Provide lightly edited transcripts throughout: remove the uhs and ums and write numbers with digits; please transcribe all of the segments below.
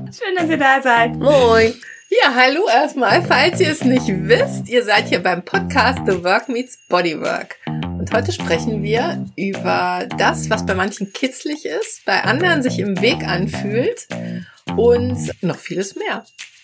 Schön, dass ihr da seid. Moin. Ja, hallo erstmal. Falls ihr es nicht wisst, ihr seid hier beim Podcast The Work Meets Bodywork. Und heute sprechen wir über das, was bei manchen kitzlig ist, bei anderen sich im Weg anfühlt und noch vieles mehr.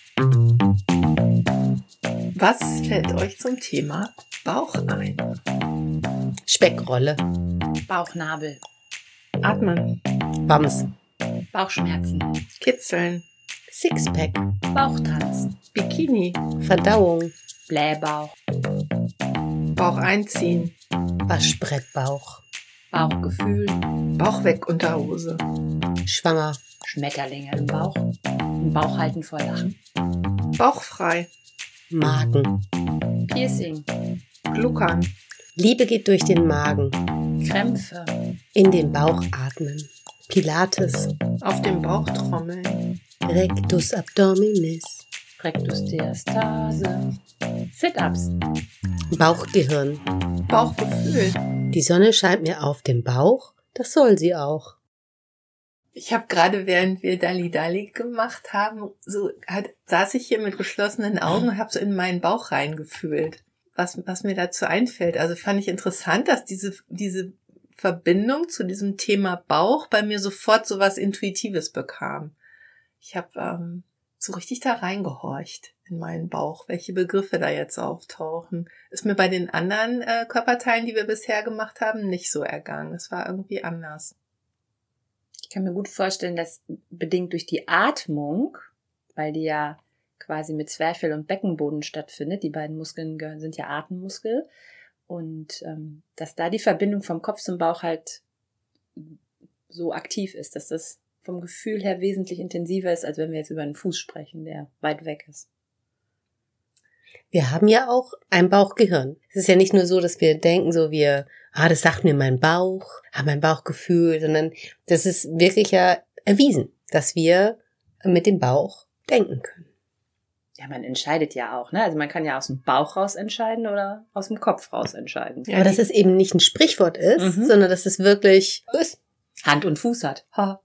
Was fällt euch zum Thema Bauch ein? Speckrolle, Bauchnabel, Atmen, Bams, Bauchschmerzen, Kitzeln, Sixpack, Bauchtanz, Bikini, Verdauung, Blähbauch, Bauch einziehen, Waschbrettbauch, Bauchgefühl, Bauch weg, Unterhose, Schwanger, Schmetterlinge im Bauch, im Bauch halten vor Lachen, Bauch frei, Magen. Piercing, Gluckern, Liebe geht durch den Magen, Krämpfe, in den Bauch atmen, Pilates, auf dem Bauch trommeln, Rectus abdominis, Rektusdiastase, Sit-Ups, Bauchgehirn. Bauchgefühl. Die Sonne scheint mir auf dem Bauch, das soll sie auch. Ich habe gerade, während wir Dali Dali gemacht haben, saß ich hier mit geschlossenen Augen und habe so in meinen Bauch reingefühlt, was mir dazu einfällt. Also fand ich interessant, dass diese Verbindung zu diesem Thema Bauch bei mir sofort so was Intuitives bekam. Ich habe so richtig da reingehorcht in meinen Bauch, welche Begriffe da jetzt auftauchen. Ist mir bei den anderen Körperteilen, die wir bisher gemacht haben, nicht so ergangen. Es war irgendwie anders. Ich kann mir gut vorstellen, dass bedingt durch die Atmung, weil die ja quasi mit Zwerchfell und Beckenboden stattfindet, die beiden Muskeln sind ja Atemmuskel, und dass da die Verbindung vom Kopf zum Bauch halt so aktiv ist, dass das vom Gefühl her wesentlich intensiver ist, als wenn wir jetzt über einen Fuß sprechen, der weit weg ist. Wir haben ja auch ein Bauchgehirn. Es ist ja nicht nur so, dass wir denken, das sagt mir mein Bauch, mein Bauchgefühl, sondern das ist wirklich ja erwiesen, dass wir mit dem Bauch denken können. Ja, man entscheidet ja auch, ne? Also man kann ja aus dem Bauch raus entscheiden oder aus dem Kopf raus entscheiden. Aber dass es eben nicht ein Sprichwort ist, sondern dass es wirklich ist. Hand und Fuß hat. Ha.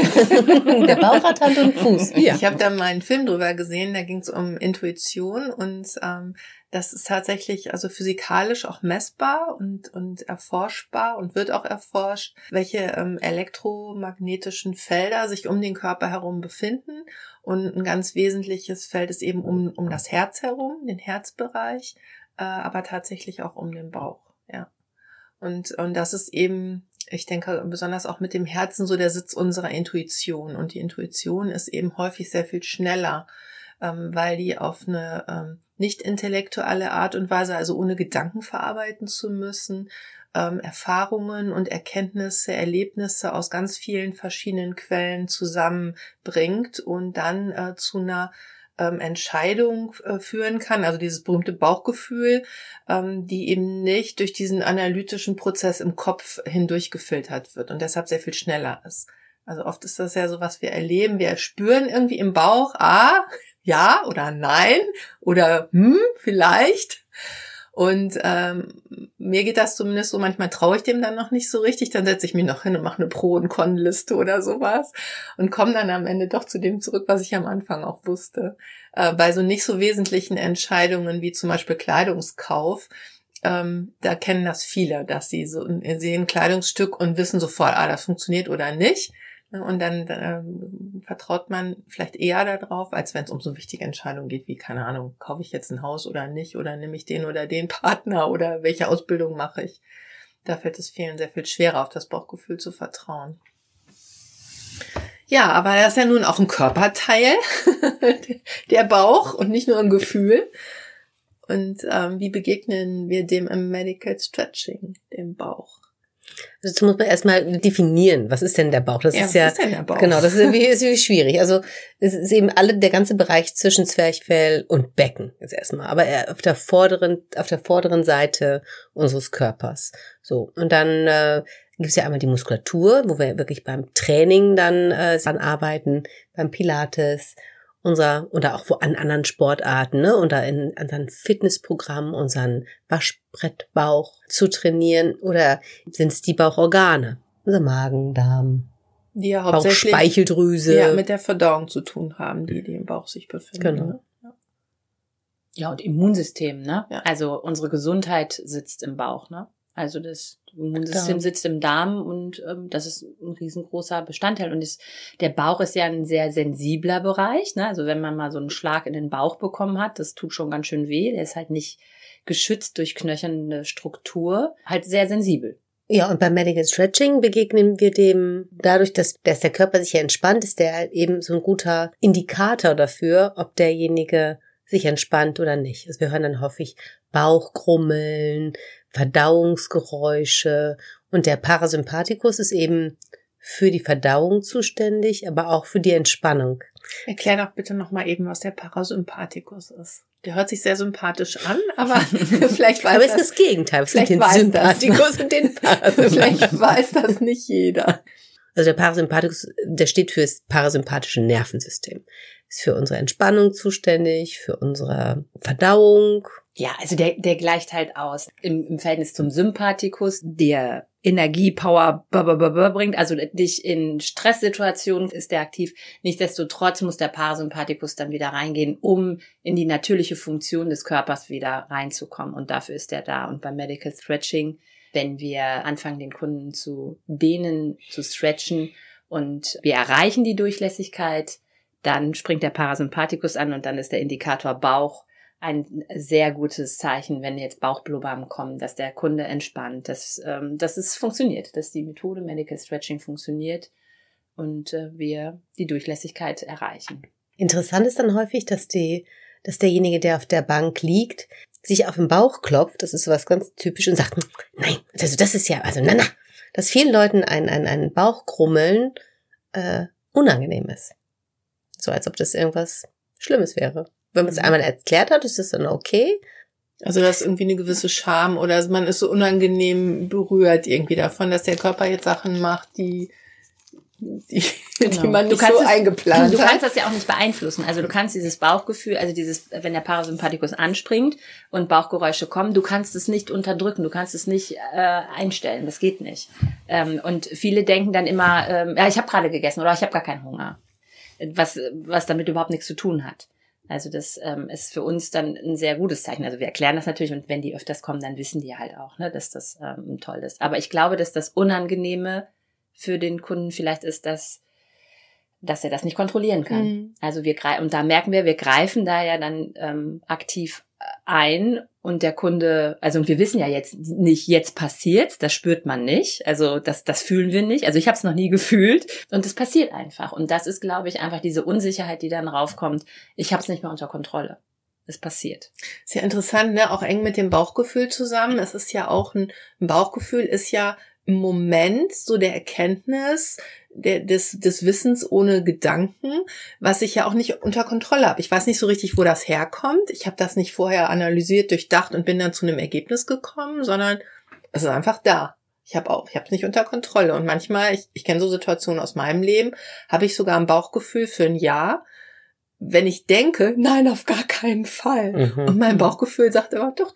Der Bauch hat Hand und Fuß. Ja. Ich habe da mal einen Film drüber gesehen, da ging es um Intuition und das ist tatsächlich also physikalisch auch messbar und erforschbar und wird auch erforscht, welche elektromagnetischen Felder sich um den Körper herum befinden. Und ein ganz wesentliches Feld ist eben um das Herz herum, den Herzbereich, aber tatsächlich auch um den Bauch. Ja. Und das ist eben, ich denke, besonders auch mit dem Herzen so der Sitz unserer Intuition. Und die Intuition ist eben häufig sehr viel schneller, weil die auf eine nicht intellektuelle Art und Weise, also ohne Gedanken verarbeiten zu müssen, Erfahrungen und Erkenntnisse, Erlebnisse aus ganz vielen verschiedenen Quellen zusammenbringt und dann zu einer Entscheidung führen kann, also dieses berühmte Bauchgefühl, die eben nicht durch diesen analytischen Prozess im Kopf hindurch gefiltert wird und deshalb sehr viel schneller ist. Also oft ist das ja so, was wir erleben, wir spüren irgendwie im Bauch, ja oder nein oder vielleicht. Und mir geht das zumindest so, manchmal traue ich dem dann noch nicht so richtig, dann setze ich mich noch hin und mache eine Pro- und Con-Liste oder sowas und komme dann am Ende doch zu dem zurück, was ich am Anfang auch wusste. Bei so nicht so wesentlichen Entscheidungen wie zum Beispiel Kleidungskauf, da kennen das viele, dass sie sehen ein Kleidungsstück und wissen sofort, das funktioniert oder nicht. Und dann vertraut man vielleicht eher darauf, als wenn es um so wichtige Entscheidungen geht, wie, keine Ahnung, kaufe ich jetzt ein Haus oder nicht, oder nehme ich den oder den Partner oder welche Ausbildung mache ich. Da fällt es vielen sehr viel schwerer, auf das Bauchgefühl zu vertrauen. Ja, aber das ist ja nun auch ein Körperteil, der Bauch und nicht nur ein Gefühl. Und wie begegnen wir dem im Medical Stretching, dem Bauch? Also dazu muss man erstmal definieren, was ist denn der Bauch? Was ist denn der Bauch? Genau, das ist irgendwie schwierig. Also es ist eben der ganze Bereich zwischen Zwerchfell und Becken jetzt erstmal, aber auf der vorderen Seite unseres Körpers. So, und dann gibt es ja einmal die Muskulatur, wo wir wirklich beim Training dann arbeiten, beim Pilates, oder auch an anderen Sportarten, ne, oder in unseren Fitnessprogrammen, unseren Waschbrettbauch zu trainieren, oder sind es die Bauchorgane, unser Magen, Darm, Die ja hauptsächlich Bauchspeicheldrüse. mit der Verdauung zu tun haben, die im Bauch sich befinden. Genau. Ne? Ja, und Immunsystem, ne? Ja. Also unsere Gesundheit sitzt im Bauch, ne? Also das Immunsystem Darm. sitzt im Darm und das ist ein riesengroßer Bestandteil. Und der Bauch ist ja ein sehr sensibler Bereich, ne? Also wenn man mal so einen Schlag in den Bauch bekommen hat, das tut schon ganz schön weh. Der ist halt nicht geschützt durch knöcherne Struktur, halt sehr sensibel. Ja, und beim Medical Stretching begegnen wir dem dadurch, dass der Körper sich ja entspannt, ist der halt eben so ein guter Indikator dafür, ob derjenige sich entspannt oder nicht. Also wir hören dann häufig Bauchgrummeln, Verdauungsgeräusche und der Parasympathikus ist eben für die Verdauung zuständig, aber auch für die Entspannung. Erklär doch bitte nochmal eben, was der Parasympathikus ist. Der hört sich sehr sympathisch an, aber vielleicht weiß Aber es ist das Gegenteil. Es gibt den Sympathikus und den Parasympathikus. Vielleicht weiß das nicht jeder. Also der Parasympathikus, der steht für das parasympathische Nervensystem. Ist für unsere Entspannung zuständig, für unsere Verdauung. Ja, also der gleicht halt aus im Verhältnis zum Sympathikus, der Energie, Power bringt, also dich in Stresssituationen ist der aktiv. Nichtsdestotrotz muss der Parasympathikus dann wieder reingehen, um in die natürliche Funktion des Körpers wieder reinzukommen. Und dafür ist der da. Und beim Medical Stretching, wenn wir anfangen, den Kunden zu dehnen, zu stretchen und wir erreichen die Durchlässigkeit, dann springt der Parasympathikus an und dann ist der Indikator Bauch ein sehr gutes Zeichen, wenn jetzt Bauchblubbern kommen, dass der Kunde entspannt, dass es funktioniert, dass die Methode Medical Stretching funktioniert und wir die Durchlässigkeit erreichen. Interessant ist dann häufig, dass derjenige, der auf der Bank liegt, sich auf den Bauch klopft, das ist was ganz typisch, und sagt, nein, also das ist ja, also na, dass vielen Leuten ein Bauchkrummeln unangenehm ist. So als ob das irgendwas Schlimmes wäre. Wenn man es einmal erklärt hat, ist es dann okay. Also das ist irgendwie eine gewisse Scham oder man ist so unangenehm berührt irgendwie davon, dass der Körper jetzt Sachen macht, die man nicht so eingeplant hat. Du kannst das ja auch nicht beeinflussen. Also du kannst dieses Bauchgefühl, also wenn der Parasympathikus anspringt und Bauchgeräusche kommen, du kannst es nicht unterdrücken, du kannst es nicht einstellen, das geht nicht. Und viele denken dann immer, ja, ich habe gerade gegessen oder ich habe gar keinen Hunger, was damit überhaupt nichts zu tun hat. Also das ist für uns dann ein sehr gutes Zeichen. Also wir erklären das natürlich und wenn die öfters kommen, dann wissen die halt auch, ne, dass das toll ist. Aber ich glaube, dass das Unangenehme für den Kunden vielleicht ist, dass er das nicht kontrollieren kann. Mhm. Also und da merken wir greifen da ja dann aktiv ein und der Kunde, also und wir wissen ja jetzt nicht, jetzt passiert's, das spürt man nicht, also das fühlen wir nicht, also ich habe es noch nie gefühlt und es passiert einfach und das ist, glaube ich, einfach diese Unsicherheit, die dann raufkommt, ich habe es nicht mehr unter Kontrolle. Es passiert. Ist ja interessant, ne? Auch eng mit dem Bauchgefühl zusammen. Es ist ja auch ein Bauchgefühl ist ja im Moment so der Erkenntnis des Wissens ohne Gedanken, was ich ja auch nicht unter Kontrolle habe. Ich weiß nicht so richtig, wo das herkommt. Ich habe das nicht vorher analysiert, durchdacht und bin dann zu einem Ergebnis gekommen, sondern es ist einfach da. Ich habe es nicht unter Kontrolle. Und manchmal, ich kenne so Situationen aus meinem Leben, habe ich sogar ein Bauchgefühl für ein Jahr, wenn ich denke, nein, auf gar keinen Fall. Mhm. Und mein Bauchgefühl sagt immer, doch.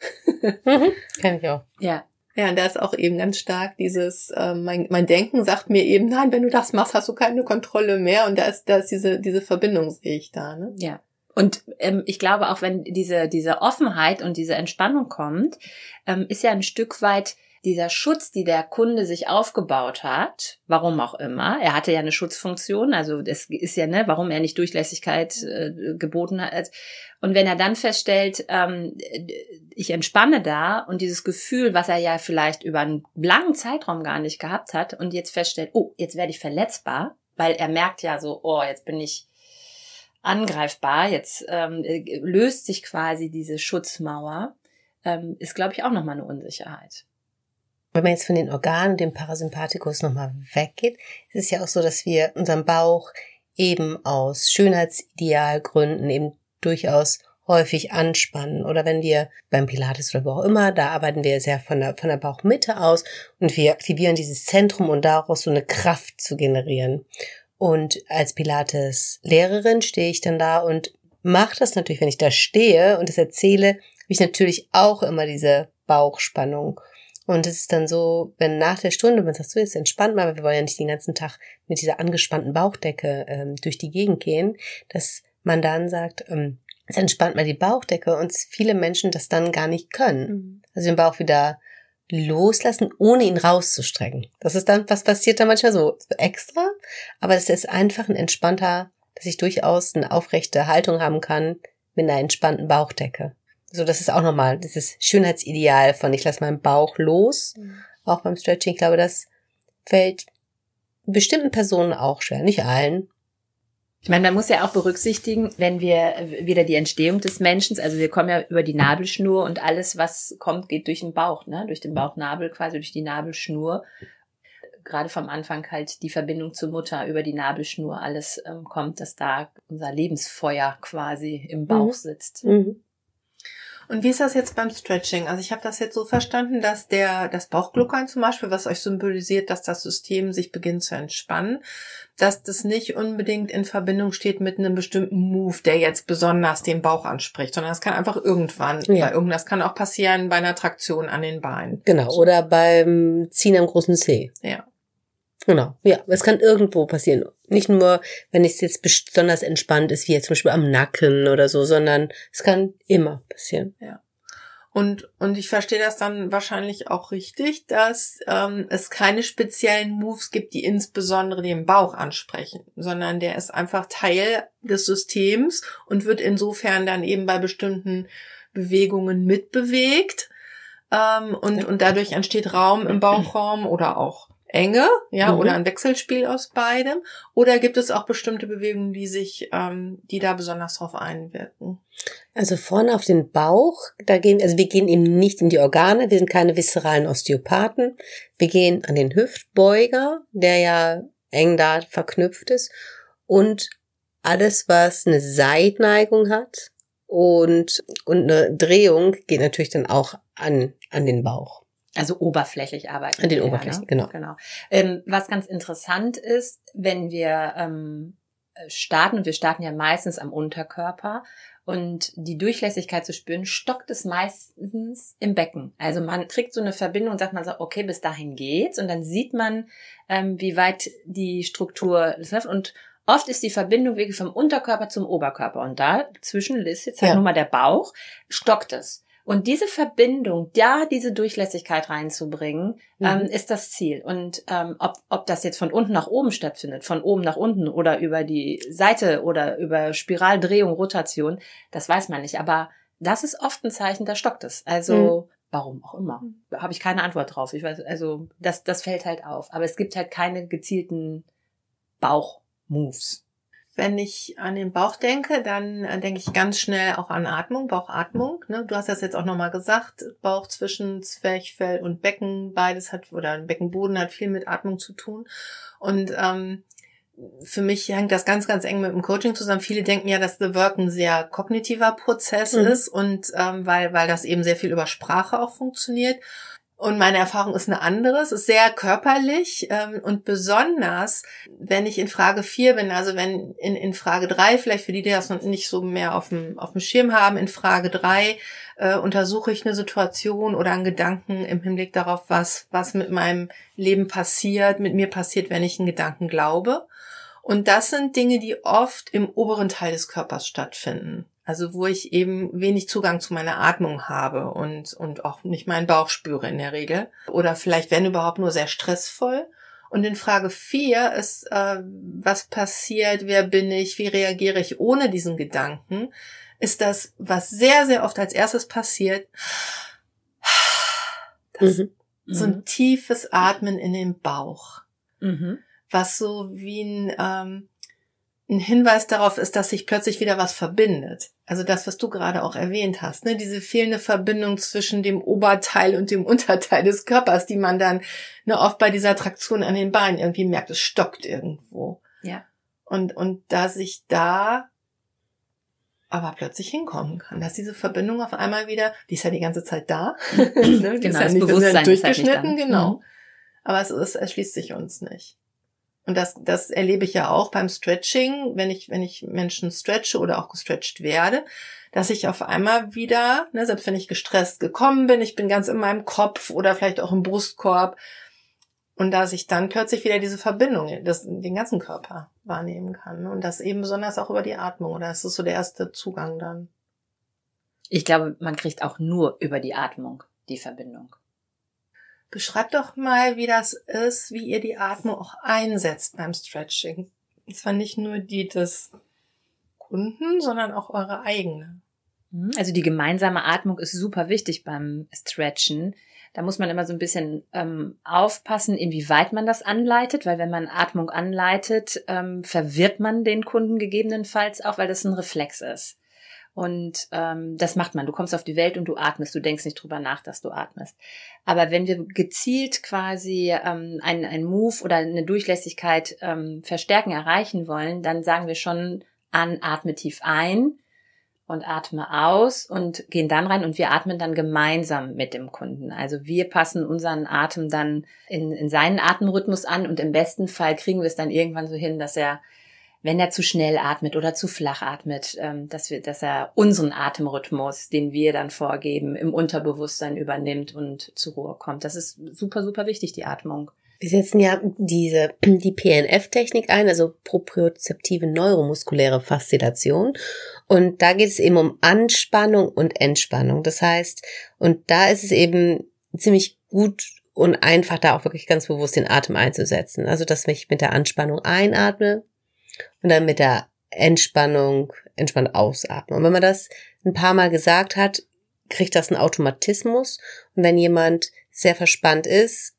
Kenn ich auch. Ja. Ja, und da ist auch eben ganz stark dieses, mein Denken sagt mir eben, nein, wenn du das machst, hast du keine Kontrolle mehr. Und da ist diese Verbindung, sehe ich da, ne? Ja. Und ich glaube auch, wenn diese Offenheit und diese Entspannung kommt, ist ja ein Stück weit dieser Schutz, die der Kunde sich aufgebaut hat, warum auch immer, er hatte ja eine Schutzfunktion, also das ist ja, ne, warum er nicht Durchlässigkeit geboten hat. Und wenn er dann feststellt, ich entspanne da und dieses Gefühl, was er ja vielleicht über einen langen Zeitraum gar nicht gehabt hat und jetzt feststellt, oh, jetzt werde ich verletzbar, weil er merkt ja so, oh, jetzt bin ich angreifbar, jetzt löst sich quasi diese Schutzmauer, ist, glaube ich, auch nochmal eine Unsicherheit. Wenn man jetzt von den Organen und dem Parasympathikus nochmal weggeht, ist es ja auch so, dass wir unseren Bauch eben aus Schönheitsidealgründen eben durchaus häufig anspannen. Oder wenn wir beim Pilates oder wo auch immer, da arbeiten wir sehr von der Bauchmitte aus und wir aktivieren dieses Zentrum, um daraus so eine Kraft zu generieren. Und als Pilates-Lehrerin stehe ich dann da und mache das natürlich, wenn ich da stehe und das erzähle, habe ich natürlich auch immer diese Bauchspannung. Und es ist dann so, wenn nach der Stunde, man sagt so, jetzt entspannt mal, weil wir wollen ja nicht den ganzen Tag mit dieser angespannten Bauchdecke durch die Gegend gehen, dass man dann sagt, jetzt entspannt mal die Bauchdecke und viele Menschen das dann gar nicht können. Also den Bauch wieder loslassen, ohne ihn rauszustrecken. Das ist dann, was passiert da manchmal so extra, aber es ist einfach ein entspannter, dass ich durchaus eine aufrechte Haltung haben kann mit einer entspannten Bauchdecke. So, das ist auch nochmal dieses Schönheitsideal von ich lasse meinen Bauch los, auch beim Stretching. Ich glaube, das fällt bestimmten Personen auch schwer, nicht allen. Ich meine, man muss ja auch berücksichtigen, wenn wir wieder die Entstehung des Menschen, also wir kommen ja über die Nabelschnur und alles, was kommt, geht durch den Bauch, ne? Durch den Bauchnabel, quasi durch die Nabelschnur. Gerade vom Anfang halt die Verbindung zur Mutter über die Nabelschnur, alles kommt, dass da unser Lebensfeuer quasi im Bauch sitzt. Und wie ist das jetzt beim Stretching? Also ich habe das jetzt so verstanden, dass das Bauchgluckern zum Beispiel, was euch symbolisiert, dass das System sich beginnt zu entspannen, dass das nicht unbedingt in Verbindung steht mit einem bestimmten Move, der jetzt besonders den Bauch anspricht, sondern es kann einfach irgendwann, das kann auch passieren bei einer Traktion an den Beinen. Genau, oder beim Ziehen am großen Zeh. Ja. Genau, ja, es kann irgendwo passieren. Nicht nur, wenn es jetzt besonders entspannt ist, wie jetzt zum Beispiel am Nacken oder so, sondern es kann immer passieren. Ja. Und ich verstehe das dann wahrscheinlich auch richtig, dass es keine speziellen Moves gibt, die insbesondere den Bauch ansprechen, sondern der ist einfach Teil des Systems und wird insofern dann eben bei bestimmten Bewegungen mitbewegt. Und dadurch entsteht Raum im Bauchraum oder auch Enge, oder ein Wechselspiel aus beidem. Oder gibt es auch bestimmte Bewegungen, die da besonders drauf einwirken? Also vorne auf den Bauch, wir gehen eben nicht in die Organe, wir sind keine viszeralen Osteopathen. Wir gehen an den Hüftbeuger, der ja eng da verknüpft ist. Und alles, was eine Seitneigung hat und eine Drehung, geht natürlich dann auch an den Bauch. Also oberflächlich arbeiten. An den Oberflächen, ne? Genau. Was ganz interessant ist, wenn wir starten, und wir starten ja meistens am Unterkörper, und die Durchlässigkeit zu spüren, stockt es meistens im Becken. Also man kriegt so eine Verbindung und sagt man so, okay, bis dahin geht's, und dann sieht man, wie weit die Struktur läuft, und oft ist die Verbindung wirklich vom Unterkörper zum Oberkörper, und dazwischen ist jetzt halt nur mal der Bauch, stockt es. Und diese Verbindung, diese Durchlässigkeit reinzubringen, ist das Ziel. Und ob das jetzt von unten nach oben stattfindet, von oben nach unten oder über die Seite oder über Spiraldrehung, Rotation, das weiß man nicht. Aber das ist oft ein Zeichen, da stockt es. Also warum auch immer, da habe ich keine Antwort drauf. Ich weiß, also das fällt halt auf. Aber es gibt halt keine gezielten Bauchmoves. Wenn ich an den Bauch denke, dann denke ich ganz schnell auch an Atmung, Bauchatmung. Ne? Du hast das jetzt auch nochmal gesagt, Bauch zwischen Zwerchfell und Becken, Beckenboden hat viel mit Atmung zu tun. Und für mich hängt das ganz, ganz eng mit dem Coaching zusammen. Viele denken ja, dass The Work ein sehr kognitiver Prozess ist, und weil das eben sehr viel über Sprache auch funktioniert. Und meine Erfahrung ist eine andere. Es ist sehr körperlich, und besonders, wenn ich in Frage 4 bin, also wenn in Frage 3, vielleicht für die das noch nicht so mehr auf dem Schirm haben, in Frage 3 untersuche ich eine Situation oder einen Gedanken im Hinblick darauf, was mit meinem Leben passiert, mit mir passiert, wenn ich einen Gedanken glaube. Und das sind Dinge, die oft im oberen Teil des Körpers stattfinden. Also wo ich eben wenig Zugang zu meiner Atmung habe und auch nicht meinen Bauch spüre in der Regel. Oder vielleicht, wenn überhaupt, nur sehr stressvoll. Und in Frage 4 ist, was passiert, wer bin ich, wie reagiere ich ohne diesen Gedanken, ist das, was sehr, sehr oft als erstes passiert, so ein tiefes Atmen in den Bauch. Was so wie ein Hinweis darauf ist, dass sich plötzlich wieder was verbindet. Also das, was du gerade auch erwähnt hast, ne? Diese fehlende Verbindung zwischen dem Oberteil und dem Unterteil des Körpers, die man dann oft bei dieser Traktion an den Beinen irgendwie merkt, es stockt irgendwo. Ja. Und dass ich da aber plötzlich hinkommen kann, dass diese Verbindung auf einmal wieder, die ist ja die ganze Zeit da, ne? Die ist ja nicht, wir sind durchgeschnitten, genau. Aber es erschließt sich uns nicht. Und das erlebe ich ja auch beim Stretching, wenn ich Menschen stretche oder auch gestretcht werde, dass ich auf einmal wieder, ne, selbst wenn ich gestresst gekommen bin, ich bin ganz in meinem Kopf oder vielleicht auch im Brustkorb, und dass ich dann plötzlich wieder diese Verbindung, den ganzen Körper wahrnehmen kann. Und das eben besonders auch über die Atmung. Oder ist das so der erste Zugang dann? Ich glaube, man kriegt auch nur über die Atmung die Verbindung. Beschreibt doch mal, wie das ist, wie ihr die Atmung auch einsetzt beim Stretching. Und zwar nicht nur die des Kunden, sondern auch eure eigene. Also die gemeinsame Atmung ist super wichtig beim Stretchen. Da muss man immer so ein bisschen aufpassen, inwieweit man das anleitet, weil wenn man Atmung anleitet, verwirrt man den Kunden gegebenenfalls auch, weil das ein Reflex ist. Und das macht man. Du kommst auf die Welt und du atmest. Du denkst nicht drüber nach, dass du atmest. Aber wenn wir gezielt quasi ein Move oder eine Durchlässigkeit verstärken, erreichen wollen, dann sagen wir schon atme tief ein und atme aus und gehen dann rein und wir atmen dann gemeinsam mit dem Kunden. Also wir passen unseren Atem dann in seinen Atemrhythmus an und im besten Fall kriegen wir es dann irgendwann so hin, dass er, wenn er zu schnell atmet oder zu flach atmet, dass er unseren Atemrhythmus, den wir dann vorgeben, im Unterbewusstsein übernimmt und zur Ruhe kommt. Das ist super, super wichtig, die Atmung. Wir setzen ja die PNF-Technik ein, also propriozeptive neuromuskuläre Faszilation. Und da geht es eben um Anspannung und Entspannung. Das heißt, und da ist es eben ziemlich gut und einfach, da auch wirklich ganz bewusst den Atem einzusetzen. Also, dass ich mit der Anspannung einatme und dann mit der Entspannung entspannt ausatme. Und wenn man das ein paar Mal gesagt hat, kriegt das einen Automatismus. Und wenn jemand sehr verspannt ist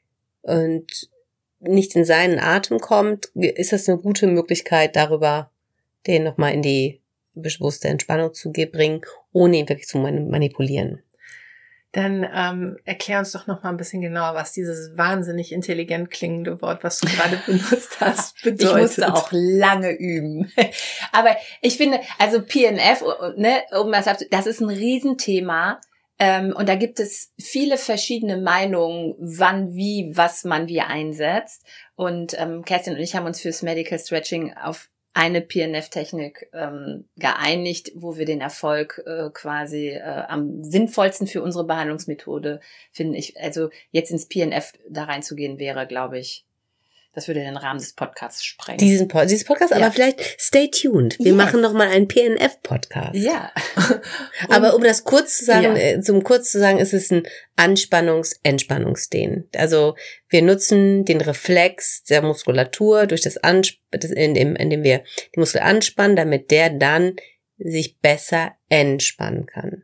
und nicht in seinen Atem kommt, ist das eine gute Möglichkeit, darüber den nochmal in die bewusste Entspannung zu bringen, ohne ihn wirklich zu manipulieren. Dann erklär uns doch noch mal ein bisschen genauer, was dieses wahnsinnig intelligent klingende Wort, was du gerade benutzt hast, bedeutet. Ich musste auch lange üben. Aber ich finde, also PNF, ne, das ist ein Riesenthema. Und da gibt es viele verschiedene Meinungen, wann, wie, was man wie einsetzt. Und Kerstin und ich haben uns fürs Medical Stretching auf eine PNF-Technik geeinigt, wo wir den Erfolg quasi am sinnvollsten für unsere Behandlungsmethode finden. Also jetzt ins PNF da reinzugehen wäre, glaube ich, das würde den Rahmen des Podcasts sprengen. Dieses Podcast, ja. Aber vielleicht stay tuned. Wir machen noch mal einen PNF-Podcast. Ja. Aber um das kurz zu sagen, ist es ein Entspannungsdehnen. Also wir nutzen den Reflex der Muskulatur durch indem wir die Muskel anspannen, damit der dann sich besser entspannen kann.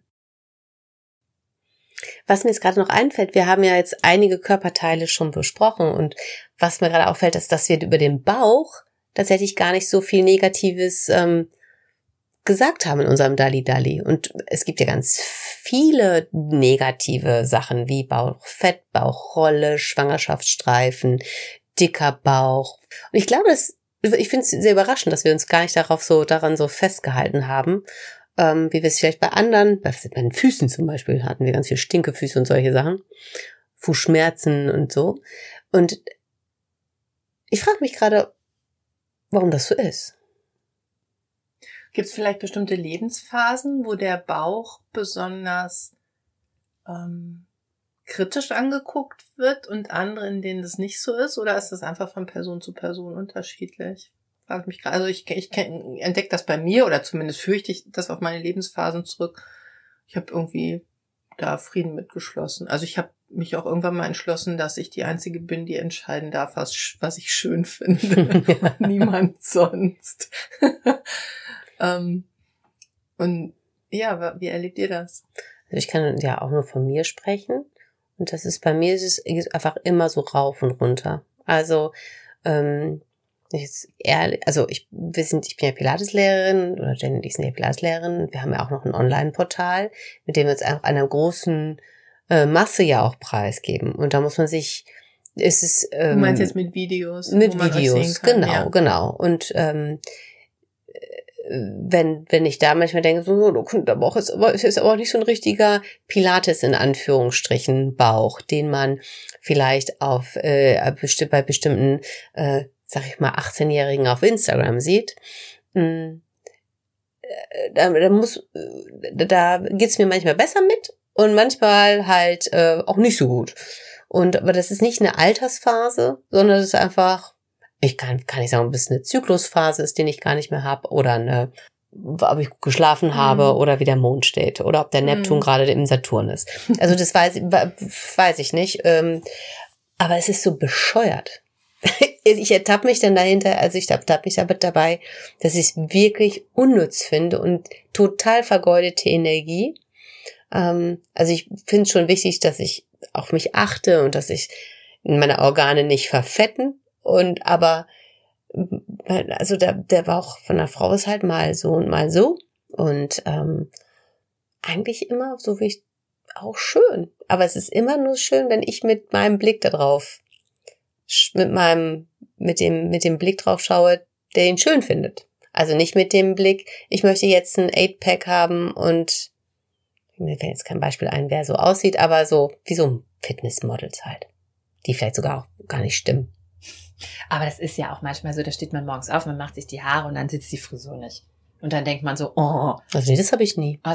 Was mir jetzt gerade noch einfällt, wir haben ja jetzt einige Körperteile schon besprochen und was mir gerade auffällt, ist, dass wir über den Bauch tatsächlich gar nicht so viel Negatives gesagt haben in unserem Dalli-Dalli. Und es gibt ja ganz viele negative Sachen wie Bauchfett, Bauchrolle, Schwangerschaftsstreifen, dicker Bauch. Und ich glaube, ich finde es sehr überraschend, dass wir uns gar nicht daran so festgehalten haben. Wie wir es vielleicht bei anderen, bei den Füßen zum Beispiel, hatten wir ganz viel Stinkefüße und solche Sachen, Fußschmerzen und so. Und ich frage mich gerade, warum das so ist. Gibt es vielleicht bestimmte Lebensphasen, wo der Bauch besonders kritisch angeguckt wird und andere, in denen das nicht so ist? Oder ist das einfach von Person zu Person unterschiedlich? Frage mich gerade. Also ich entdecke das bei mir oder zumindest fürchte ich das auf meine Lebensphasen zurück. Ich habe irgendwie da Frieden mitgeschlossen. Also ich habe mich auch irgendwann mal entschlossen, dass ich die Einzige bin, die entscheiden darf, was ich schön finde. Niemand sonst. Und ja, wie erlebt ihr das? Also ich kann ja auch nur von mir sprechen. Und das ist bei mir ist es einfach immer so rauf und runter. Also ich bin ja Pilateslehrerin oder Jen und ich sind ja Pilateslehrerin. Wir haben ja auch noch ein Online-Portal, mit dem wir uns einfach einer großen Masse ja auch preisgeben. Und da muss man sich, du meinst jetzt mit Videos? Mit Videos, genau. Und wenn ich da manchmal denke, der Bauch ist aber auch nicht so ein richtiger Pilates in Anführungsstrichen Bauch, den man vielleicht bei bestimmten sag ich mal, 18-Jährigen auf Instagram sieht, da geht's mir manchmal besser mit und manchmal halt auch nicht so gut. Aber das ist nicht eine Altersphase, sondern es ist einfach, ich kann nicht sagen, ob es eine Zyklusphase ist, den ich gar nicht mehr habe, oder ob ich gut geschlafen habe oder wie der Mond steht oder ob der Neptun gerade im Saturn ist. Also das weiß ich nicht. Aber es ist so bescheuert. Ich ertappe mich dann dahinter, also ich ertappe mich aber dabei, dass ich es wirklich unnütz finde und total vergeudete Energie. Also ich finde es schon wichtig, dass ich auf mich achte und dass ich meine Organe nicht verfetten. Aber also der Bauch von der Frau ist halt mal so und mal so. Und eigentlich immer so wie ich auch schön. Aber es ist immer nur schön, wenn ich mit meinem Blick da drauf, mit dem Blick drauf schaue, der ihn schön findet. Also nicht mit dem Blick, ich möchte jetzt ein 8-Pack haben und mir fällt jetzt kein Beispiel ein, wer so aussieht, aber so wie so Fitnessmodels halt, die vielleicht sogar auch gar nicht stimmen. Aber das ist ja auch manchmal so, da steht man morgens auf, man macht sich die Haare und dann sitzt die Frisur nicht. Und dann denkt man so, oh. Also nee, das habe ich nie.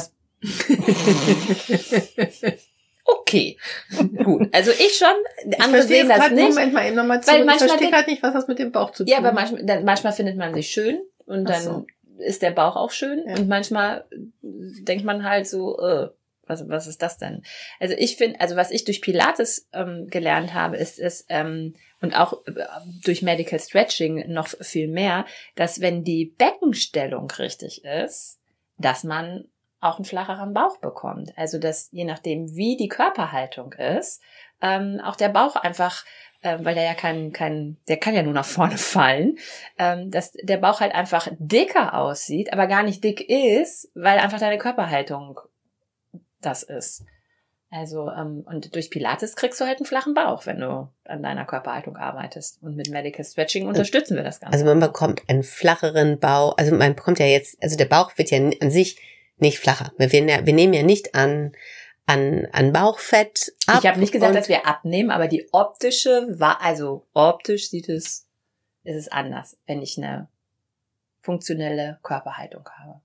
Okay, gut. Also ich schon, andere sehen das nicht. Moment mal eben nochmal zu. Ich verstehe gerade nicht, was das mit dem Bauch zu tun hat. Ja, aber manchmal findet man sich schön und dann ist der Bauch auch schön. Ja. Und manchmal denkt man halt so, was ist das denn? Also ich finde, also was ich durch Pilates gelernt habe, ist und auch durch Medical Stretching noch viel mehr, dass wenn die Beckenstellung richtig ist, dass man auch einen flacheren Bauch bekommt. Also dass je nachdem, wie die Körperhaltung ist, auch der Bauch einfach, weil der ja der kann ja nur nach vorne fallen, dass der Bauch halt einfach dicker aussieht, aber gar nicht dick ist, weil einfach deine Körperhaltung das ist. Also, und durch Pilates kriegst du halt einen flachen Bauch, wenn du an deiner Körperhaltung arbeitest. Und mit Medical Stretching unterstützen wir das Ganze. Also man bekommt einen flacheren Bauch, also man bekommt ja jetzt, also der Bauch wird ja an sich nicht flacher. Wir nehmen ja nicht an Bauchfett ab. Ich habe nicht gesagt, dass wir abnehmen, aber die optisch ist es anders, wenn ich eine funktionelle Körperhaltung habe.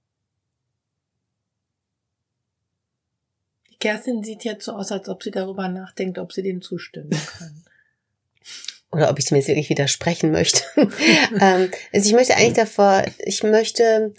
Kerstin sieht jetzt so aus, als ob sie darüber nachdenkt, ob sie dem zustimmen kann. Oder ob ich mir jetzt wirklich widersprechen möchte. Also ich möchte eigentlich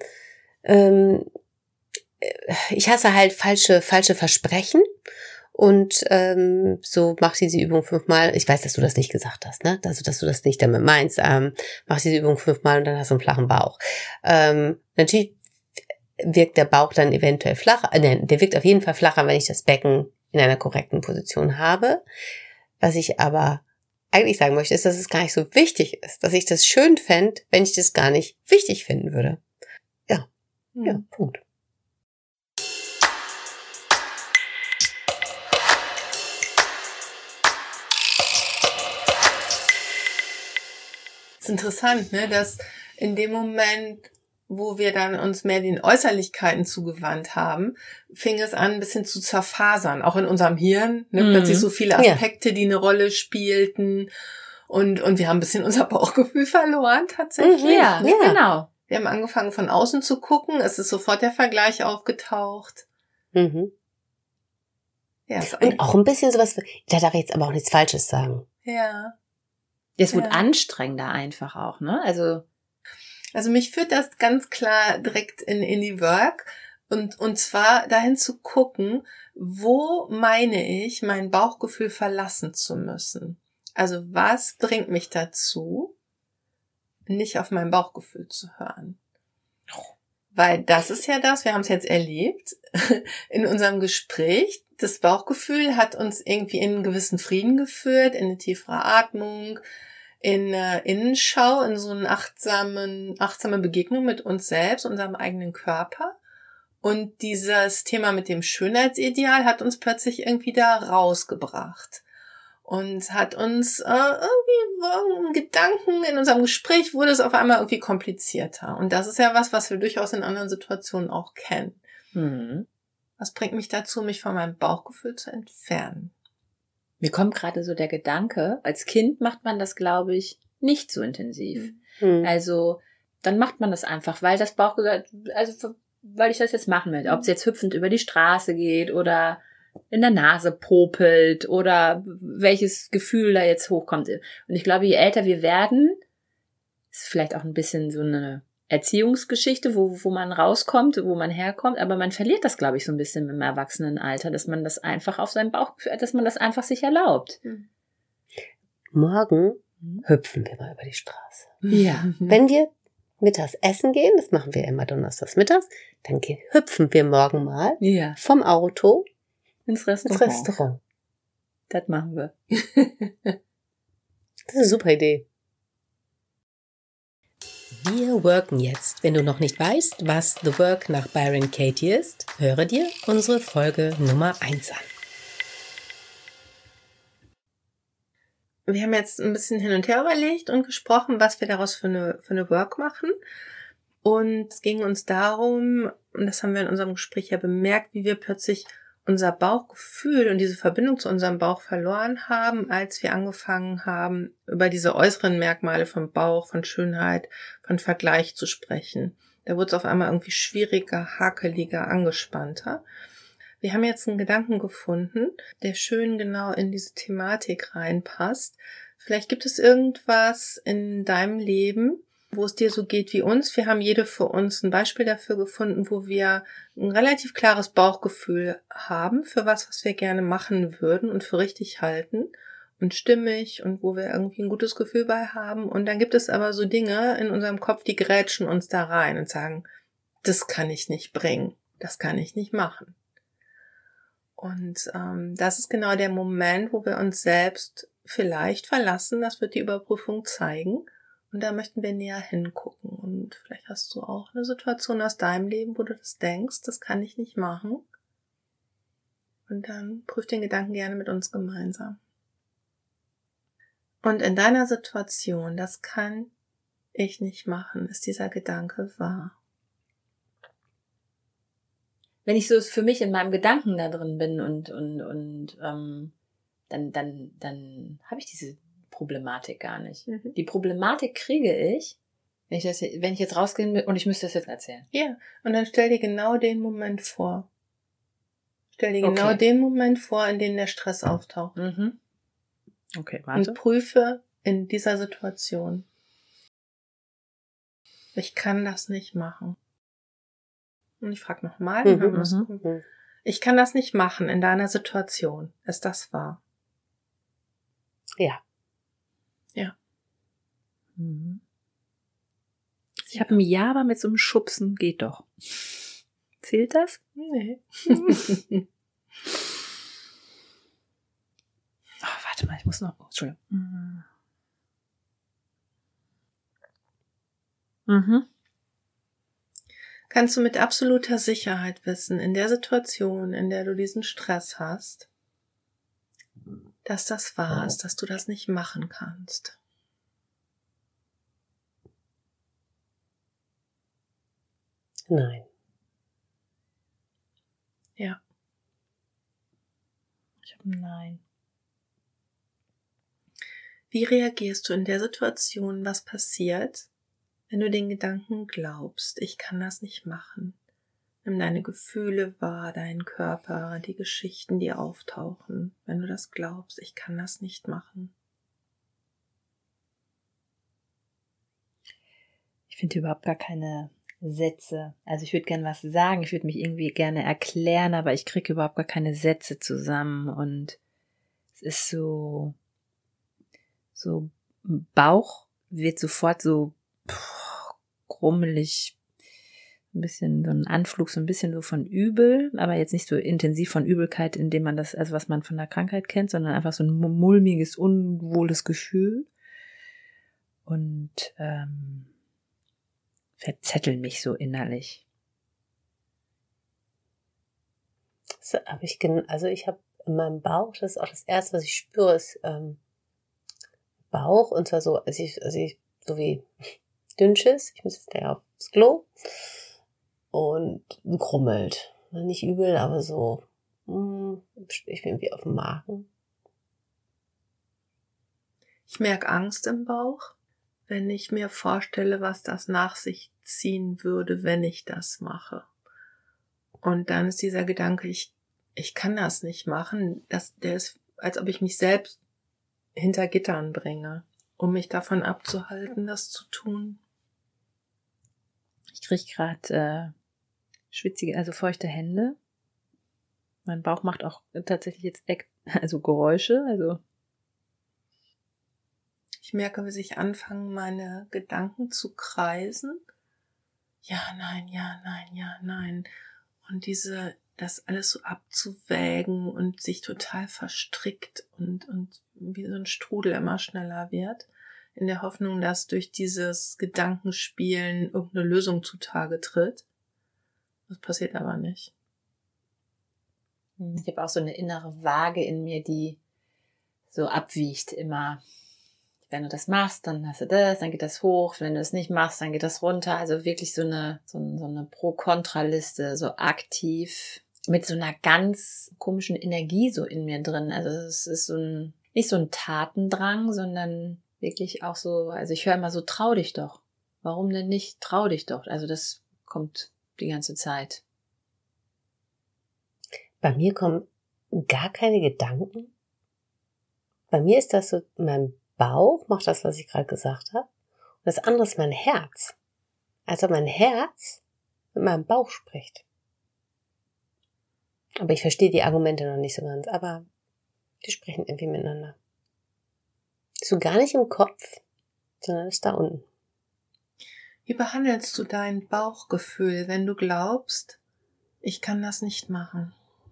ich hasse halt falsche Versprechen und so mach diese Übung 5-mal. Ich weiß, dass du das nicht gesagt hast, ne? Also dass du das nicht damit meinst. Mach diese Übung 5-mal und dann hast du einen flachen Bauch. Natürlich wirkt der Bauch dann eventuell flacher. Der wirkt auf jeden Fall flacher, wenn ich das Becken in einer korrekten Position habe. Was ich aber eigentlich sagen möchte, ist, dass es gar nicht so wichtig ist, dass ich das schön fände, wenn ich das gar nicht wichtig finden würde. Ja, Punkt. Das ist interessant, ne, dass in dem Moment, wo wir dann uns mehr den Äußerlichkeiten zugewandt haben, fing es an, ein bisschen zu zerfasern, auch in unserem Hirn, ne, plötzlich so viele Aspekte, die eine Rolle spielten und wir haben ein bisschen unser Bauchgefühl verloren tatsächlich. Ja, genau. Wir haben angefangen von außen zu gucken, es ist sofort der Vergleich aufgetaucht. Mhm. Ja, und auch ein bisschen sowas, da darf ich jetzt aber auch nichts Falsches sagen. Ja. Es wird anstrengender einfach auch, ne? Also mich führt das ganz klar direkt in die Work und zwar dahin zu gucken, wo meine ich, mein Bauchgefühl verlassen zu müssen. Also was bringt mich dazu, nicht auf mein Bauchgefühl zu hören? Weil das ist ja das, wir haben es jetzt erlebt in unserem Gespräch. Das Bauchgefühl hat uns irgendwie in einen gewissen Frieden geführt, in eine tiefere Atmung, in eine Innenschau, in so eine achtsame Begegnung mit uns selbst, unserem eigenen Körper. Und dieses Thema mit dem Schönheitsideal hat uns plötzlich irgendwie da rausgebracht. Und hat uns irgendwie Gedanken in unserem Gespräch wurde es auf einmal irgendwie komplizierter. Und das ist ja was wir durchaus in anderen Situationen auch kennen. Mhm. Was bringt mich dazu, mich von meinem Bauchgefühl zu entfernen? Mir kommt gerade so der Gedanke, als Kind macht man das, glaube ich, nicht so intensiv. Mhm. Also dann macht man das einfach, weil das Bauchgefühl, also weil ich das jetzt machen will. Ob es jetzt hüpfend über die Straße geht oder in der Nase popelt oder welches Gefühl da jetzt hochkommt. Und ich glaube, je älter wir werden, ist vielleicht auch ein bisschen so eine Erziehungsgeschichte, wo man rauskommt, wo man herkommt, aber man verliert das, glaube ich, so ein bisschen im Erwachsenenalter, dass man das einfach auf seinem Bauchgefühl, dass man das einfach sich erlaubt. Morgen hüpfen wir mal über die Straße. Ja. Wenn wir mittags essen gehen, das machen wir immer donnerstags mittags, dann hüpfen wir morgen mal Ja. vom Auto Ins ins Restaurant. Restaurant. Das machen wir. Das ist eine super Idee. Wir worken jetzt. Wenn du noch nicht weißt, was The Work nach Byron Katie ist, höre dir unsere Folge Nummer 1 an. Wir haben jetzt ein bisschen hin und her überlegt und gesprochen, was wir daraus für eine Work machen. Und es ging uns darum, und das haben wir in unserem Gespräch ja bemerkt, wie wir plötzlich unser Bauchgefühl und diese Verbindung zu unserem Bauch verloren haben, als wir angefangen haben, über diese äußeren Merkmale vom Bauch, von Schönheit, von Vergleich zu sprechen. Da wurde es auf einmal irgendwie schwieriger, hakeliger, angespannter. Wir haben jetzt einen Gedanken gefunden, der schön genau in diese Thematik reinpasst. Vielleicht gibt es irgendwas in deinem Leben, wo es dir so geht wie uns. Wir haben jede für uns ein Beispiel dafür gefunden, wo wir ein relativ klares Bauchgefühl haben für was wir gerne machen würden und für richtig halten und stimmig und wo wir irgendwie ein gutes Gefühl bei haben. Und dann gibt es aber so Dinge in unserem Kopf, die grätschen uns da rein und sagen, das kann ich nicht bringen, das kann ich nicht machen. Und das ist genau der Moment, wo wir uns selbst vielleicht verlassen. Das wird die Überprüfung zeigen. Und da möchten wir näher hingucken. Und vielleicht hast du auch eine Situation aus deinem Leben, wo du das denkst, das kann ich nicht machen. Und dann prüf den Gedanken gerne mit uns gemeinsam. Und in deiner Situation, das kann ich nicht machen, ist dieser Gedanke wahr. Wenn ich so für mich in meinem Gedanken da drin bin und dann habe ich diese Problematik gar nicht. Die Problematik kriege ich, wenn ich jetzt rausgehen will und ich müsste das jetzt erzählen. Ja, und dann stell dir genau den Moment vor. Stell dir genau den Moment vor, in dem der Stress auftaucht. Okay, warte. Und prüfe in dieser Situation. Ich kann das nicht machen. Und ich frage nochmal. Ich kann das nicht machen in deiner Situation. Ist das wahr? Ja. Ja. Ich habe ein Ja, aber mit so einem Schubsen geht doch. Zählt das? Nee. Warte mal, ich muss noch... Entschuldigung. Kannst du mit absoluter Sicherheit wissen, in der Situation, in der du diesen Stress hast, dass das wahr ist, dass du das nicht machen kannst? Nein. Ja. Ich habe ein Nein. Wie reagierst du in der Situation, was passiert, wenn du den Gedanken glaubst, ich kann das nicht machen? Nimm deine Gefühle wahr, deinen Körper, die Geschichten, die auftauchen, wenn du das glaubst, ich kann das nicht machen. Ich finde überhaupt gar keine Sätze. Also ich würde gerne was sagen, ich würde mich irgendwie gerne erklären, aber ich kriege überhaupt gar keine Sätze zusammen und es ist so Bauch wird sofort so grummelig, ein bisschen so ein Anflug, so ein bisschen so von Übel, aber jetzt nicht so intensiv von Übelkeit, indem man das, also was man von der Krankheit kennt, sondern einfach so ein mulmiges, unwohles Gefühl und verzetteln mich so innerlich. So, ich habe in meinem Bauch, das ist auch das Erste, was ich spüre, ist Bauch, und zwar so, so wie Dünnschiss, ich muss jetzt gleich aufs Klo, und grummelt. Nicht übel, aber so, ich bin wie auf dem Magen. Ich merke Angst im Bauch, wenn ich mir vorstelle, was das nach sich ziehen würde, wenn ich das mache. Und dann ist dieser Gedanke, ich kann das nicht machen, der ist, als ob ich mich selbst hinter Gittern bringe, um mich davon abzuhalten, das zu tun. Ich kriege gerade schwitzige, also feuchte Hände. Mein Bauch macht auch tatsächlich jetzt also Geräusche. Also ich merke, wie sich anfangen, meine Gedanken zu kreisen. Ja, nein, ja, nein, ja, nein. Und das alles so abzuwägen und sich total verstrickt und wie so ein Strudel immer schneller wird, in der Hoffnung, dass durch dieses Gedankenspielen irgendeine Lösung zutage tritt. Das passiert aber nicht. ich habe auch so eine innere Waage in mir, die so abwiegt immer. Wenn du das machst, dann hast du das, dann geht das hoch. Wenn du es nicht machst, dann geht das runter. Also wirklich so eine Pro-Kontra-Liste, so aktiv mit so einer ganz komischen Energie so in mir drin. Also es ist nicht so ein Tatendrang, sondern wirklich auch so, also ich höre immer so, trau dich doch. Warum denn nicht? Trau dich doch. Also das kommt die ganze Zeit. Bei mir kommen gar keine Gedanken. Bei mir ist das so, mein Bauch macht das, was ich gerade gesagt habe. Und das andere ist mein Herz. Also mein Herz mit meinem Bauch spricht. Aber ich verstehe die Argumente noch nicht so ganz, aber die sprechen irgendwie miteinander. Ist so gar nicht im Kopf, sondern ist da unten. Wie behandelst du dein Bauchgefühl, wenn du glaubst, ich kann das nicht machen?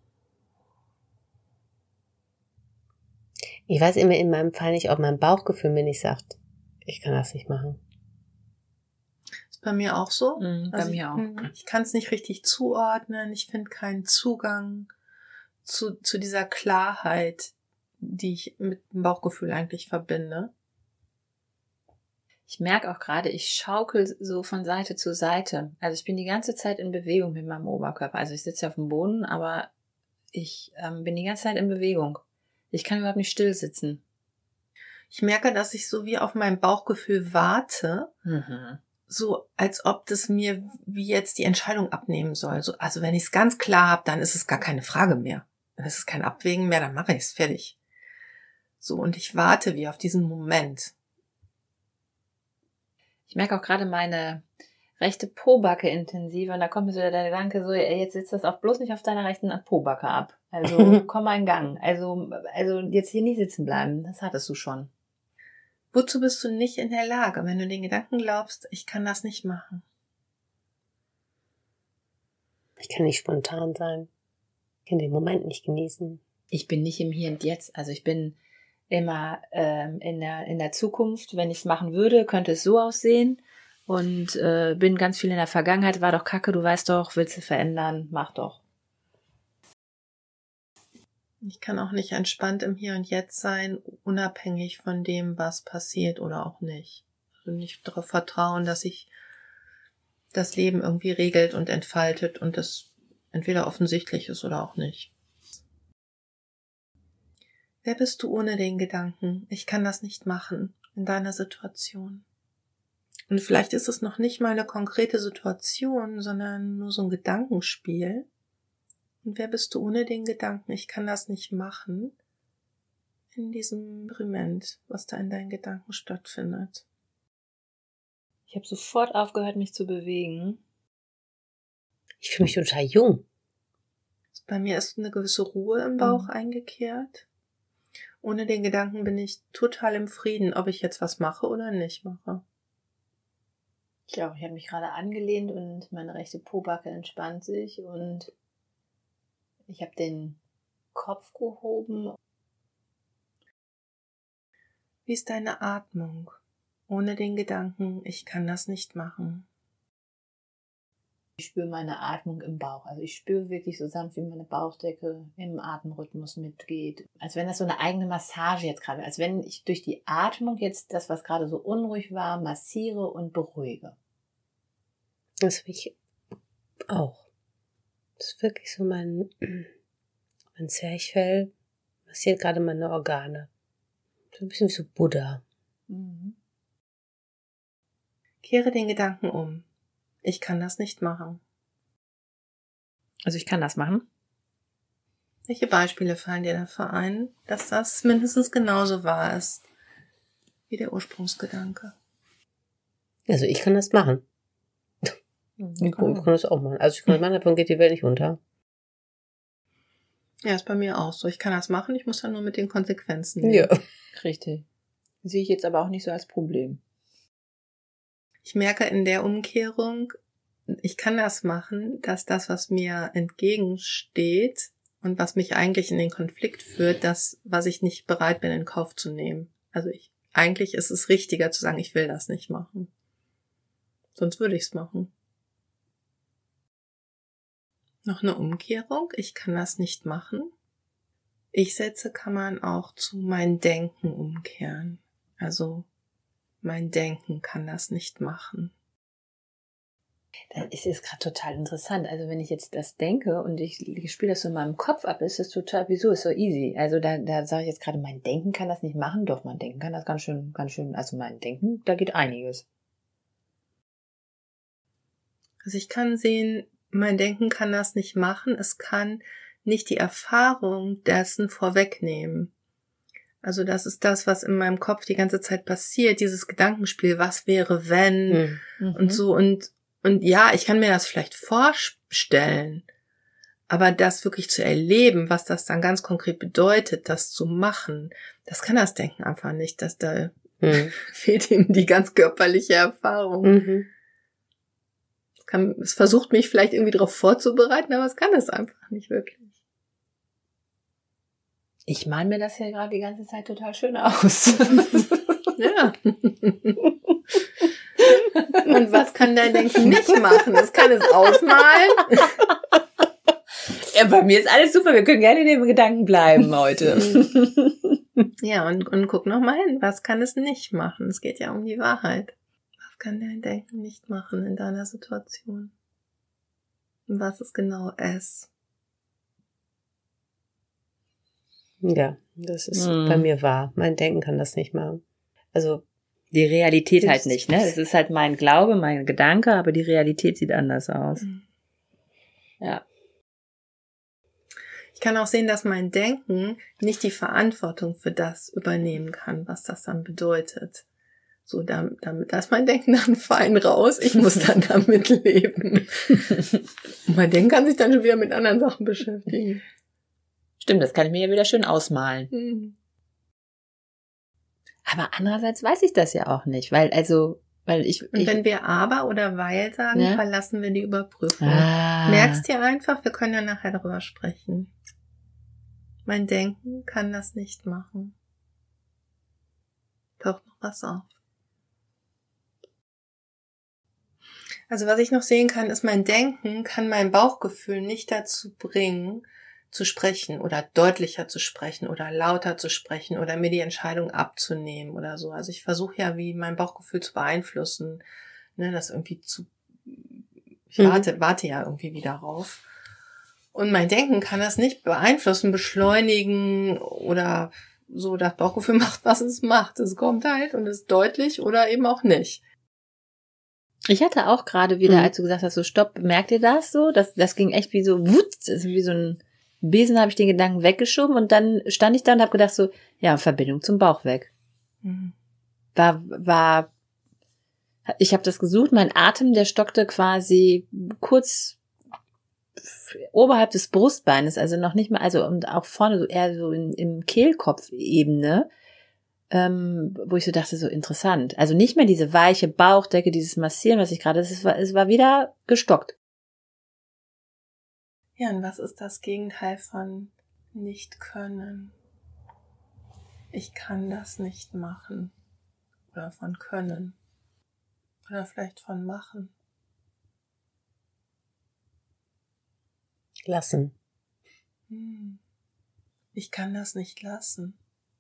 Ich weiß immer in meinem Fall nicht, ob mein Bauchgefühl mir nicht sagt, ich kann das nicht machen. Ist bei mir auch so. Bei mir auch. Ich kann es nicht richtig zuordnen. Ich finde keinen Zugang zu dieser Klarheit, die ich mit dem Bauchgefühl eigentlich verbinde. Ich merke auch gerade, ich schaukel so von Seite zu Seite. Also ich bin die ganze Zeit in Bewegung mit meinem Oberkörper. Also ich sitze auf dem Boden, aber ich bin die ganze Zeit in Bewegung. Ich kann überhaupt nicht still sitzen. Ich merke, dass ich so wie auf mein Bauchgefühl warte, so als ob das mir wie jetzt die Entscheidung abnehmen soll. So, also wenn ich es ganz klar habe, dann ist es gar keine Frage mehr. Dann ist es kein Abwägen mehr, dann mache ich es fertig. So, und ich warte wie auf diesen Moment. Ich merke auch gerade meine rechte Pobacke intensiver und da kommt mir so der Gedanke so, ey, jetzt sitzt das auch bloß nicht auf deiner rechten Pobacke ab. Also komm mal in Gang. Also jetzt hier nicht sitzen bleiben, das hattest du schon. Wozu bist du nicht in der Lage, wenn du den Gedanken glaubst, ich kann das nicht machen? Ich kann nicht spontan sein. Ich kann den Moment nicht genießen. Ich bin nicht im Hier und Jetzt. Also ich bin immer in der Zukunft. Wenn ich es machen würde, könnte es so aussehen. Und bin ganz viel in der Vergangenheit. War doch kacke, du weißt doch, willst du verändern, mach doch. Ich kann auch nicht entspannt im Hier und Jetzt sein, unabhängig von dem, was passiert oder auch nicht. Also nicht darauf vertrauen, dass sich das Leben irgendwie regelt und entfaltet und das entweder offensichtlich ist oder auch nicht. Wer bist du ohne den Gedanken, ich kann das nicht machen, in deiner Situation? Und vielleicht ist es noch nicht mal eine konkrete Situation, sondern nur so ein Gedankenspiel. Und wer bist du ohne den Gedanken, ich kann das nicht machen, in diesem Experiment, was da in deinen Gedanken stattfindet? Ich habe sofort aufgehört, mich zu bewegen. Ich fühle mich total jung. Bei mir ist eine gewisse Ruhe im Bauch eingekehrt. Ohne den Gedanken bin ich total im Frieden, ob ich jetzt was mache oder nicht mache. Ja, ich habe mich gerade angelehnt und meine rechte Pobacke entspannt sich und ich habe den Kopf gehoben. Wie ist deine Atmung? Ohne den Gedanken, ich kann das nicht machen. Ich spüre meine Atmung im Bauch. Also ich spüre wirklich so sanft, wie meine Bauchdecke im Atemrhythmus mitgeht. Als wenn das so eine eigene Massage jetzt gerade, als wenn ich durch die Atmung jetzt das, was gerade so unruhig war, massiere und beruhige. Das habe ich auch. Das ist wirklich so mein Zwerchfell massiert gerade meine Organe. So ein bisschen wie so Buddha. Kehre den Gedanken um. Ich kann das nicht machen. Also ich kann das machen. Welche Beispiele fallen dir dafür ein, dass das mindestens genauso wahr ist wie der Ursprungsgedanke? Also ich kann das machen. Ich kann das auch machen. Also ich kann das machen, davon geht die Welt nicht unter. Ja, ist bei mir auch so. Ich kann das machen, ich muss dann nur mit den Konsequenzen leben. Ja. Richtig. Sehe ich jetzt aber auch nicht so als Problem. Ich merke in der Umkehrung, ich kann das machen, dass das, was mir entgegensteht und was mich eigentlich in den Konflikt führt, das, was ich nicht bereit bin, in Kauf zu nehmen. Also eigentlich ist es richtiger zu sagen, ich will das nicht machen. Sonst würde ich es machen. Noch eine Umkehrung. Ich kann das nicht machen. Ich-Sätze kann man auch zu mein Denken umkehren. Also mein Denken kann das nicht machen. Das ist gerade total interessant. Also wenn ich jetzt das denke und ich spiele das so in meinem Kopf ab, ist das total, wieso, ist so easy. Also da sage ich jetzt gerade, mein Denken kann das nicht machen. Doch, mein Denken kann das ganz schön, also mein Denken, da geht einiges. Also ich kann sehen, mein Denken kann das nicht machen. Es kann nicht die Erfahrung dessen vorwegnehmen. Also das ist das, was in meinem Kopf die ganze Zeit passiert, dieses Gedankenspiel, was wäre, wenn und so. Und ja, ich kann mir das vielleicht vorstellen, aber das wirklich zu erleben, was das dann ganz konkret bedeutet, das zu machen, das kann das Denken einfach nicht. Da fehlt ihm die ganz körperliche Erfahrung. Es versucht mich vielleicht irgendwie darauf vorzubereiten, aber es kann es einfach nicht wirklich. Ich male mir das ja gerade die ganze Zeit total schön aus. Ja. Und was kann dein Denken nicht machen? Es kann es ausmalen. Ja, bei mir ist alles super. Wir können gerne in dem Gedanken bleiben heute. Ja, und guck noch mal hin. Was kann es nicht machen? Es geht ja um die Wahrheit. Was kann dein Denken nicht machen in deiner Situation? Und was ist genau es? Ja, das ist bei mir wahr. Mein Denken kann das nicht machen. Also die Realität halt nicht, ne? Es ist halt mein Glaube, mein Gedanke, aber die Realität sieht anders aus. Ja. Ich kann auch sehen, dass mein Denken nicht die Verantwortung für das übernehmen kann, was das dann bedeutet. So, da ist mein Denken dann fein raus. Ich muss dann damit leben. Und mein Denken kann sich dann schon wieder mit anderen Sachen beschäftigen. Stimmt, das kann ich mir ja wieder schön ausmalen. Aber andererseits weiß ich das ja auch nicht, weil ich... Und wenn wir aber oder weil sagen, ja, verlassen wir die Überprüfung. Ah. Merkst dir einfach, wir können ja nachher darüber sprechen. Mein Denken kann das nicht machen. Taucht noch was auf. Also was ich noch sehen kann, ist, mein Denken kann mein Bauchgefühl nicht dazu bringen, zu sprechen oder deutlicher zu sprechen oder lauter zu sprechen oder mir die Entscheidung abzunehmen oder so. Also ich versuche ja, wie mein Bauchgefühl zu beeinflussen, ne, das irgendwie ich warte ja irgendwie wieder drauf. Und mein Denken kann das nicht beeinflussen, beschleunigen oder so. Das Bauchgefühl macht, was es macht. Es kommt halt und ist deutlich oder eben auch nicht. Ich hatte auch gerade wieder, als du gesagt hast, so stopp, merkt ihr das so? Das ging echt wie so, wie so ein Besen, habe ich den Gedanken weggeschoben und dann stand ich da und habe gedacht so, ja, Verbindung zum Bauch weg. Ich habe das gesucht, mein Atem, der stockte quasi kurz oberhalb des Brustbeines, also noch nicht mal, also und auch vorne so eher so im Kehlkopfebene, wo ich so dachte, so interessant. Also nicht mehr diese weiche Bauchdecke, dieses Massieren, was ich gerade, es war wieder gestockt. Ja, und was ist das Gegenteil von nicht können? Ich kann das nicht machen. Oder von können. Oder vielleicht von machen. Lassen. Ich kann das nicht lassen.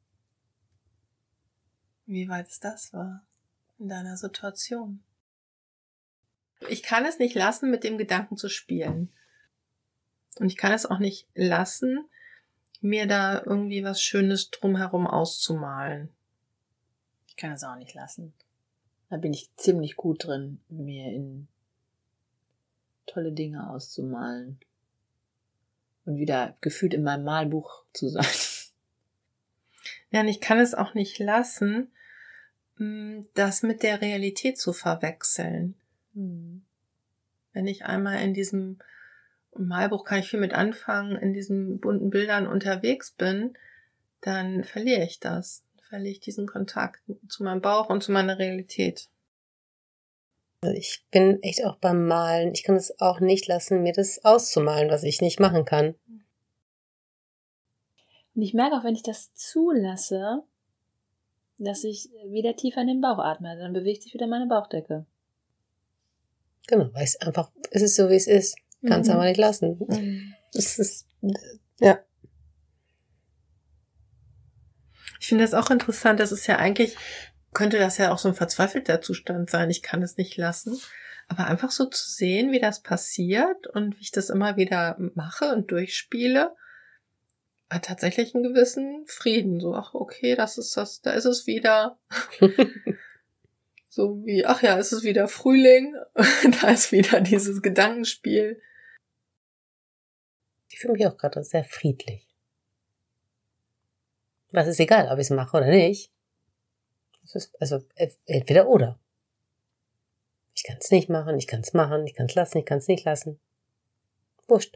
Wie weit ist das wahr in deiner Situation? Ich kann es nicht lassen, mit dem Gedanken zu spielen. Und ich kann es auch nicht lassen, mir da irgendwie was Schönes drumherum auszumalen. Ich kann es auch nicht lassen. Da bin ich ziemlich gut drin, mir in tolle Dinge auszumalen. und wieder gefühlt in meinem Malbuch zu sein. Ja, und ich kann es auch nicht lassen, das mit der Realität zu verwechseln. Wenn ich einmal in diesem Malbuch, kann ich viel mit anfangen, in diesen bunten Bildern unterwegs bin, dann verliere ich das. Verliere ich diesen Kontakt zu meinem Bauch und zu meiner Realität. Also ich bin echt auch beim Malen. Ich kann es auch nicht lassen, mir das auszumalen, was ich nicht machen kann. Und ich merke auch, wenn ich das zulasse, dass ich wieder tiefer in den Bauch atme. Dann bewegt sich wieder meine Bauchdecke. Genau, weil es ist so, wie es ist. Kannst aber nicht lassen. Das ist, ja. Ich finde das auch interessant. Das ist ja eigentlich, könnte das ja auch so ein verzweifelter Zustand sein. Ich kann es nicht lassen. Aber einfach so zu sehen, wie das passiert und wie ich das immer wieder mache und durchspiele, hat tatsächlich einen gewissen Frieden. So, ach, okay, das ist das, da ist es wieder. So wie, ach ja, es ist wieder Frühling. Da ist wieder dieses Gedankenspiel. Ich fühle mich auch gerade sehr friedlich. Was ist egal, ob ich es mache oder nicht. Es ist also entweder oder. Ich kann es nicht machen, ich kann es machen, ich kann es lassen, ich kann es nicht lassen. Wurscht.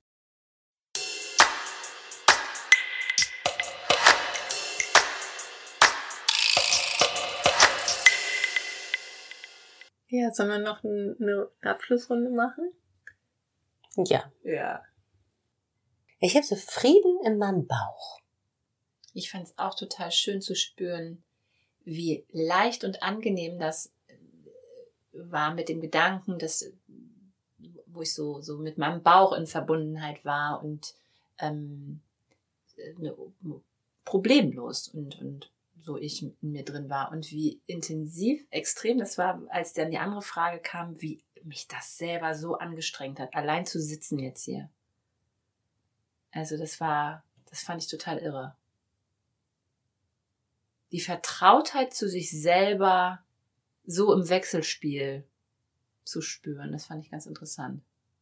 Ja, sollen wir noch eine Abschlussrunde machen? Ja. Ja. Ich habe so Frieden in meinem Bauch. Ich fand es auch total schön zu spüren, wie leicht und angenehm das war mit dem Gedanken, dass, wo ich so mit meinem Bauch in Verbundenheit war und problemlos und so ich in mir drin war und wie intensiv, extrem das war, als dann die andere Frage kam, wie mich das selber so angestrengt hat, allein zu sitzen jetzt hier. Also das fand ich total irre. Die Vertrautheit zu sich selber so im Wechselspiel zu spüren, das fand ich ganz interessant.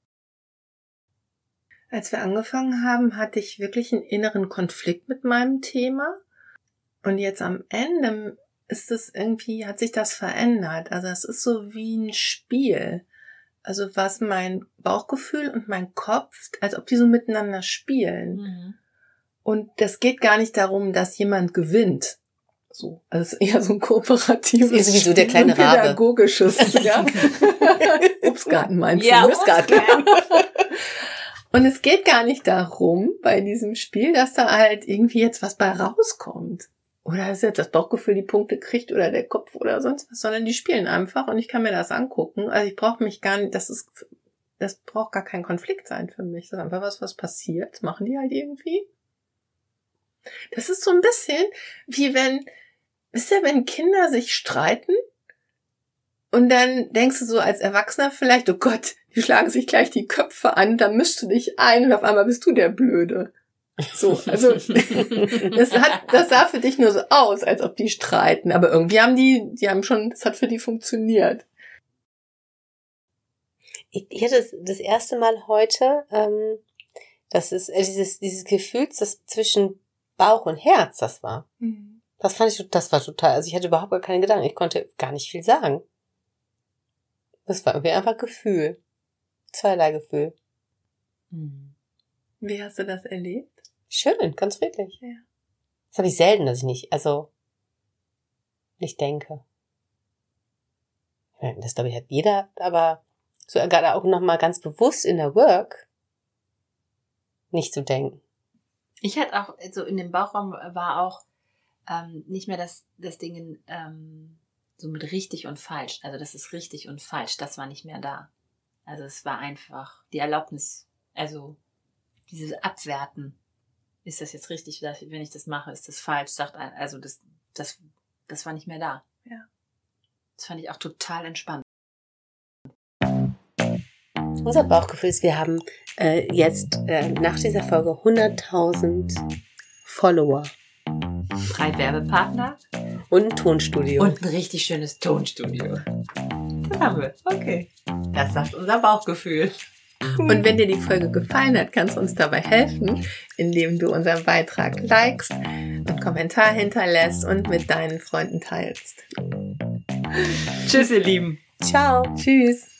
Als wir angefangen haben, hatte ich wirklich einen inneren Konflikt mit meinem Thema. Und jetzt am Ende ist es irgendwie, hat sich das verändert. Also es ist so wie ein Spiel. Also was mein Bauchgefühl und mein Kopf, als ob die so miteinander spielen. Mhm. Und das geht gar nicht darum, dass jemand gewinnt. So, also es ist eher so ein kooperatives, ist sowieso der kleine Rabe. Pädagogisches, ja. Obstgarten meinst du? Ja, Obstgarten. Und es geht gar nicht darum, bei diesem Spiel, dass da halt irgendwie jetzt was bei rauskommt. Oder dass jetzt das Bauchgefühl die Punkte kriegt oder der Kopf oder sonst was, sondern die spielen einfach und ich kann mir das angucken. Also ich brauche mich gar nicht, das braucht gar kein Konflikt sein für mich. Das ist einfach was passiert. Das machen die halt irgendwie. Das ist so ein bisschen wie wenn Kinder sich streiten und dann denkst du so als Erwachsener vielleicht, oh Gott, die schlagen sich gleich die Köpfe an, da mischst du dich ein und auf einmal bist du der Blöde. So, also das sah für dich nur so aus, als ob die streiten, aber irgendwie das hat für die funktioniert. Ich hatte das erste Mal heute, das ist dieses Gefühl, das zwischen Bauch und Herz, das war. Mhm. Das war total, also ich hatte überhaupt gar keine Gedanken, ich konnte gar nicht viel sagen. Das war irgendwie einfach Gefühl. Zweierlei Gefühl. Mhm. Wie hast du das erlebt? Schön, ganz friedlich. Ja. Das habe ich selten, dass ich nicht denke. Das glaube ich hat jeder, aber so gerade auch nochmal ganz bewusst in der Work nicht zu denken. Ich hatte auch, so in dem Bauchraum war auch nicht mehr das Ding so mit richtig und falsch. Also das ist richtig und falsch, das war nicht mehr da. Also es war einfach die Erlaubnis, also dieses Abwerten. Ist das jetzt richtig, wenn ich das mache, ist das falsch? Also das war nicht mehr da. Ja. Das fand ich auch total entspannt. Unser Bauchgefühl ist, wir haben jetzt nach dieser Folge 100.000 Follower. 3 Werbepartner. Und ein Tonstudio. Und ein richtig schönes Tonstudio. Das haben wir. Okay. Das sagt unser Bauchgefühl. Und wenn dir die Folge gefallen hat, kannst du uns dabei helfen, indem du unseren Beitrag likest, einen Kommentar hinterlässt und mit deinen Freunden teilst. Tschüss, ihr Lieben. Ciao. Tschüss.